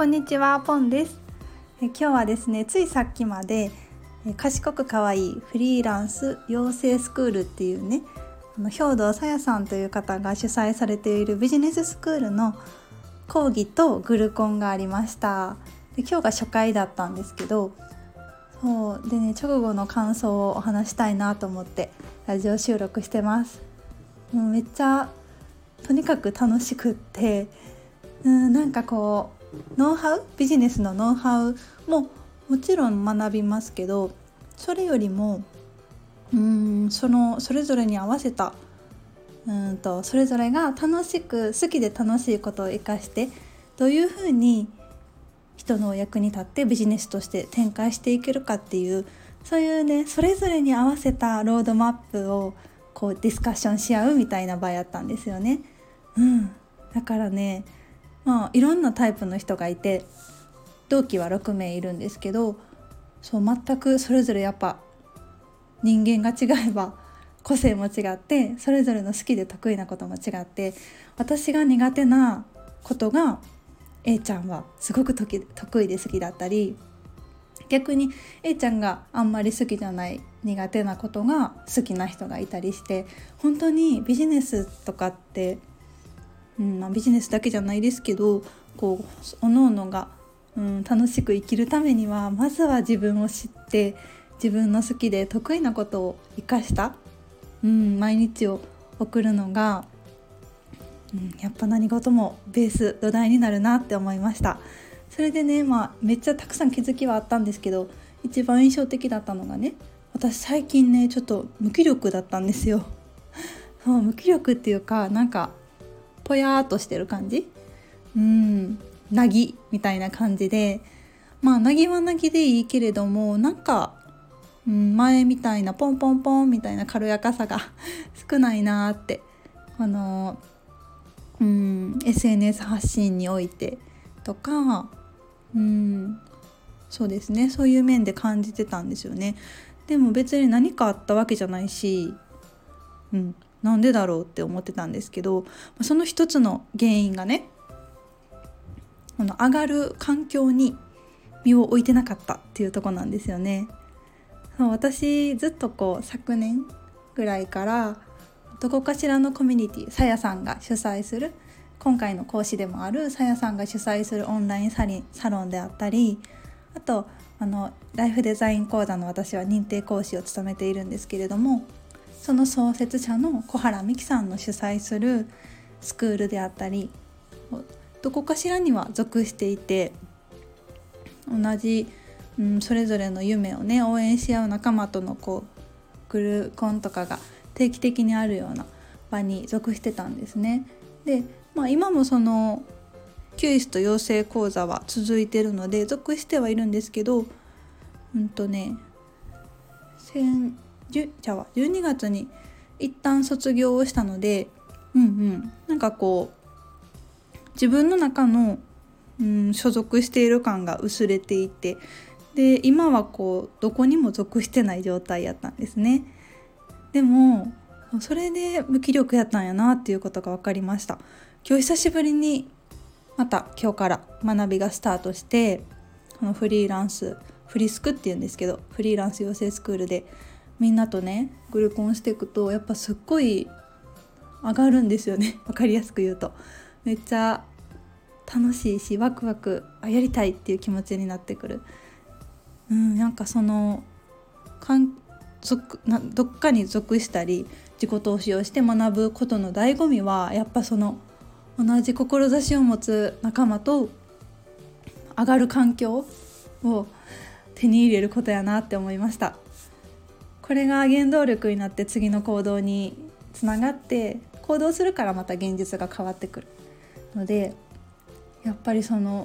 こんにちは、ポンです。今日はですね、ついさっきまで賢くかわいいフリーランス養成スクールっていうね、兵藤さやさんという方が主催されているビジネススクールの講義とグルコンがありました。で、今日が初回だったんですけど、そうでね、直後の感想をお話したいなと思ってラジオ収録してます。もうめっちゃとにかく楽しくって、なんかこうノウハウ、ビジネスのノウハウももちろん学びますけど、それよりもそれぞれに合わせたそれぞれが楽しく好きで楽しいことを生かして、どういうふうに人の役に立ってビジネスとして展開していけるかっていう、そういうね、それぞれに合わせたロードマップをこうディスカッションし合うみたいな場やったんですよね。だからね、いろんなタイプの人がいて、同期は6名いるんですけど、そう全くそれぞれやっぱ人間が違えば個性も違って、それぞれの好きで得意なことも違って、私が苦手なことが A ちゃんはすごく得意で好きだったり、逆に A ちゃんがあんまり好きじゃない苦手なことが好きな人がいたりして、本当にビジネスとかって、ビジネスだけじゃないですけど、こう各々が、楽しく生きるためにはまずは自分を知って、自分の好きで得意なことを生かした、毎日を送るのが、やっぱ何事もベース土台になるなって思いました。それでね、めっちゃたくさん気づきはあったんですけど、一番印象的だったのがね、私最近ねちょっと無気力だったんですよ。そう無気力っていうか、なんかぽやーっとしてる感じ、なぎみたいな感じで、なぎはなぎでいいけれども、なんか、前みたいなポンポンポンみたいな軽やかさが少ないなって、SNS 発信においてとか、そうですね、そういう面で感じてたんですよね。でも別に何かあったわけじゃないし、なんでだろうって思ってたんですけど、その一つの原因がね、上がる環境に身を置いてなかったっていうところなんですよね。私ずっと昨年ぐらいからどこかしらのコミュニティ、さやさんが主催する、今回の講師でもあるさやさんが主催するオンラインサロンであったり、あとライフデザイン講座の私は認定講師を務めているんですけれども、その創設者の小原美希さんの主催するスクールであったり、どこかしらには属していて、同じ、それぞれの夢をね応援し合う仲間とのグルコンとかが定期的にあるような場に属してたんですね。で、今もそのキュイスト養成講座は続いているので属してはいるんですけど、12月に一旦卒業をしたので、なんか自分の中の、所属している感が薄れていて、で今はどこにも属してない状態やったんですね。でもそれで無気力やったんやなっていうことが分かりました。今日久しぶりにまた今日から学びがスタートして、このフリスクっていうんですけど、フリーランス養成スクールでみんなとねグルコンしていくと、やっぱすっごい上がるんですよね。分かりやすく言うとめっちゃ楽しいし、ワクワクやりたいっていう気持ちになってくる。なんかどっかに属したり自己投資をして学ぶことの醍醐味は、やっぱ同じ志を持つ仲間と上がる環境を手に入れることやなって思いました。これが原動力になって次の行動につながって、行動するからまた現実が変わってくるので、やっぱりその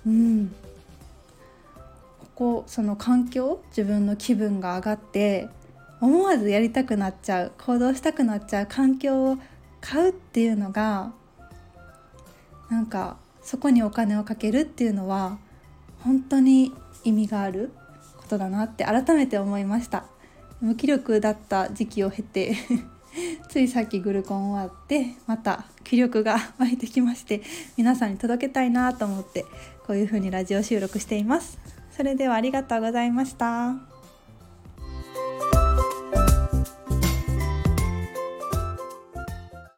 環境、自分の気分が上がって思わずやりたくなっちゃう、行動したくなっちゃう環境を買うっていうのが、なんかそこにお金をかけるっていうのは本当に意味があることだなって改めて思いました。無気力だった時期を経てついさっきグルコン終わってまた気力が湧いてきまして、皆さんに届けたいなと思ってこういう風にラジオ収録しています。それではありがとうございました。